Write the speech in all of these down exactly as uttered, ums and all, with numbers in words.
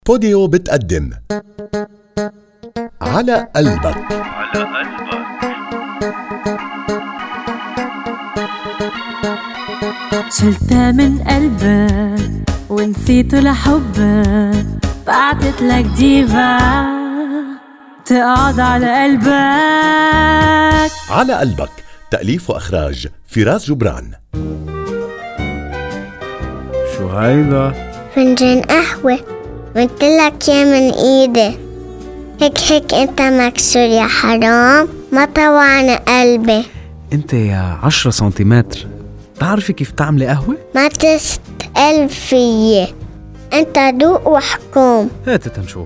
بوديو بتقدم على قلبك. على قلبك. شلتها من قلبك ونسيته لحبك، بعتت لك ديفا تقعد على قلبك. على قلبك تأليف وإخراج فراس جبران. شو هيدا؟ فنجان قهوة قلتلك يا من ايدي. هيك هيك انت مكسور يا حرام، ما طوعنا قلبي. انت يا عشرة سنتيمتر تعرفي كيف تعملي قهوة؟ ما تستقل فيي، انت دوق وحكم. هات تنشوف.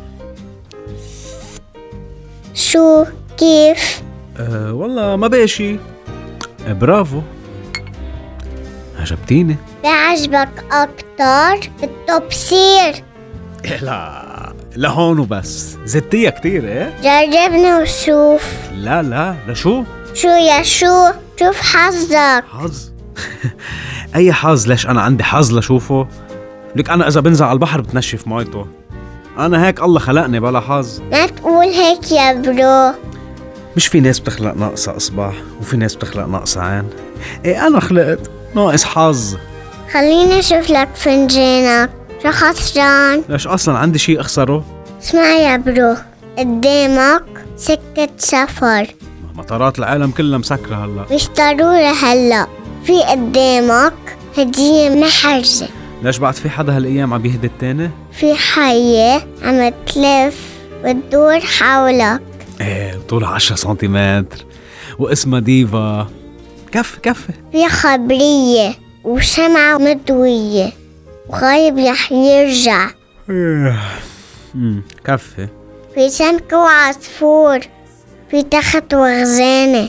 شو كيف؟ أه والله ما باشي. أه برافو، عجبتيني. بعجبك اكتر التبصير. لا لهون وبس، زدتيها كتير ايه؟ جربني وشوف. لا لا لشو؟ شو يا شو؟ شوف حظك. حظ؟ اي حظ؟ ليش انا عندي حظ لشوفه؟ لك انا اذا بنزل على البحر بتنشف مايته، انا هيك الله خلقني بلا حظ. ما تقول هيك يا برو. مش في ناس بتخلق ناقصة اصبع وفي ناس بتخلق ناقصة عين؟ ايه انا خلقت ناقص حظ. خليني اشوف لك فنجانك، شو خسران؟ ليش اصلا عندي شي اخسره؟ اسمع يا برو، قدامك سكة سفر، مطارات العالم كلها مسكرة هلا. مش ضروري هلا، في قدامك هدية محرزة. ليش بعد في حدا هالايام عم يهدي التاني؟ في حية عم تلف وتدور حولك. ايه طولها عشرة سنتيمتر واسمها ديفا. كف كف. في خبرية وشمعة مدوية وغايب رح يرجع. امم كفي. في سمك وعصفور، في تخت وغزانة،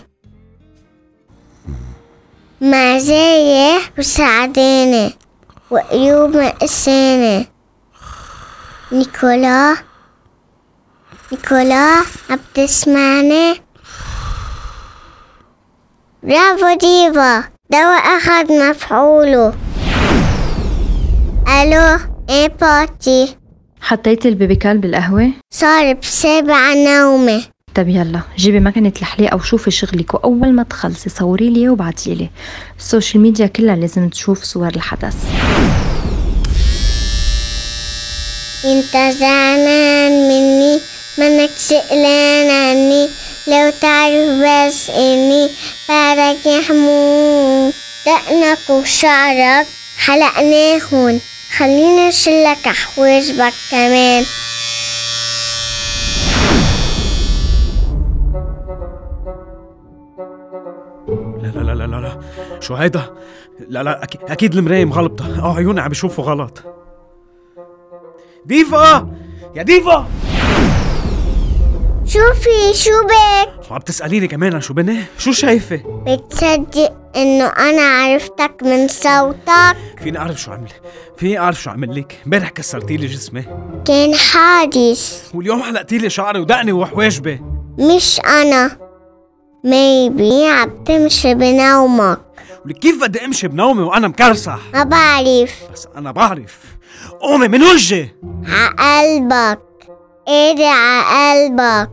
مزايا وسعدانة وقيوب مقسانة. نيكولا نيكولا عم تسمعني؟ برافو ديفا، دواء أخذ مفعوله. ألو إيه باتي؟ حطيت البيبيكال بالقهوة؟ صار بسابع نومي. طب يلا جيبي مكنة الحليقة وشوفي شغلك، وأول ما تخلصي صوري لي وبعتي لي. السوشيال ميديا كلها لازم تشوف صور الحدث. انت زعلان مني، منك سئلان عني، لو تعرف بس اني بعدك يا حمود. دقنك وشعرك حلقناهن، خلينا نشلك حواجبك كمان. لا لا لا لا لا لا شو هيدا؟ لا لا أكيد, أكيد المراية مغلطة. اه عيوني عم بيشوفوا غلط. ديفا يا ديفا، شوفي شو بك؟ وعم تسأليني كمان عن شو بني؟ شو شايفة؟ بتصدق انه انا عرفتك من صوتك؟ فيني اعرف شو عمل فيني اعرف شو عمل لك؟ امبارح كسرتي لي جسمي، كان حادث، واليوم حلقتي لي شعري ودقني وحواجبي. مش انا. ميبي عم تمشي بنومك. ولك كيف بدي امشي بنومي وانا مكرسح؟ ما بعرف. بس انا بعرف. قومي من وجهي. عقلبك ايدي عقلبك.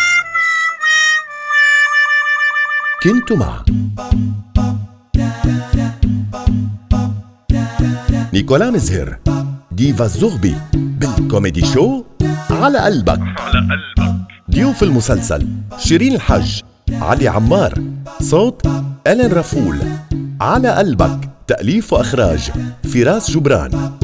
كنت مع نيكولا مزهر ديفا الزغبي بالكوميدي شو على قلبك. على قلبك. ضيوف المسلسل شيرين الحج، علي عمار، صوت إلين رفول. على قلبك تأليف وإخراج فراس جبران.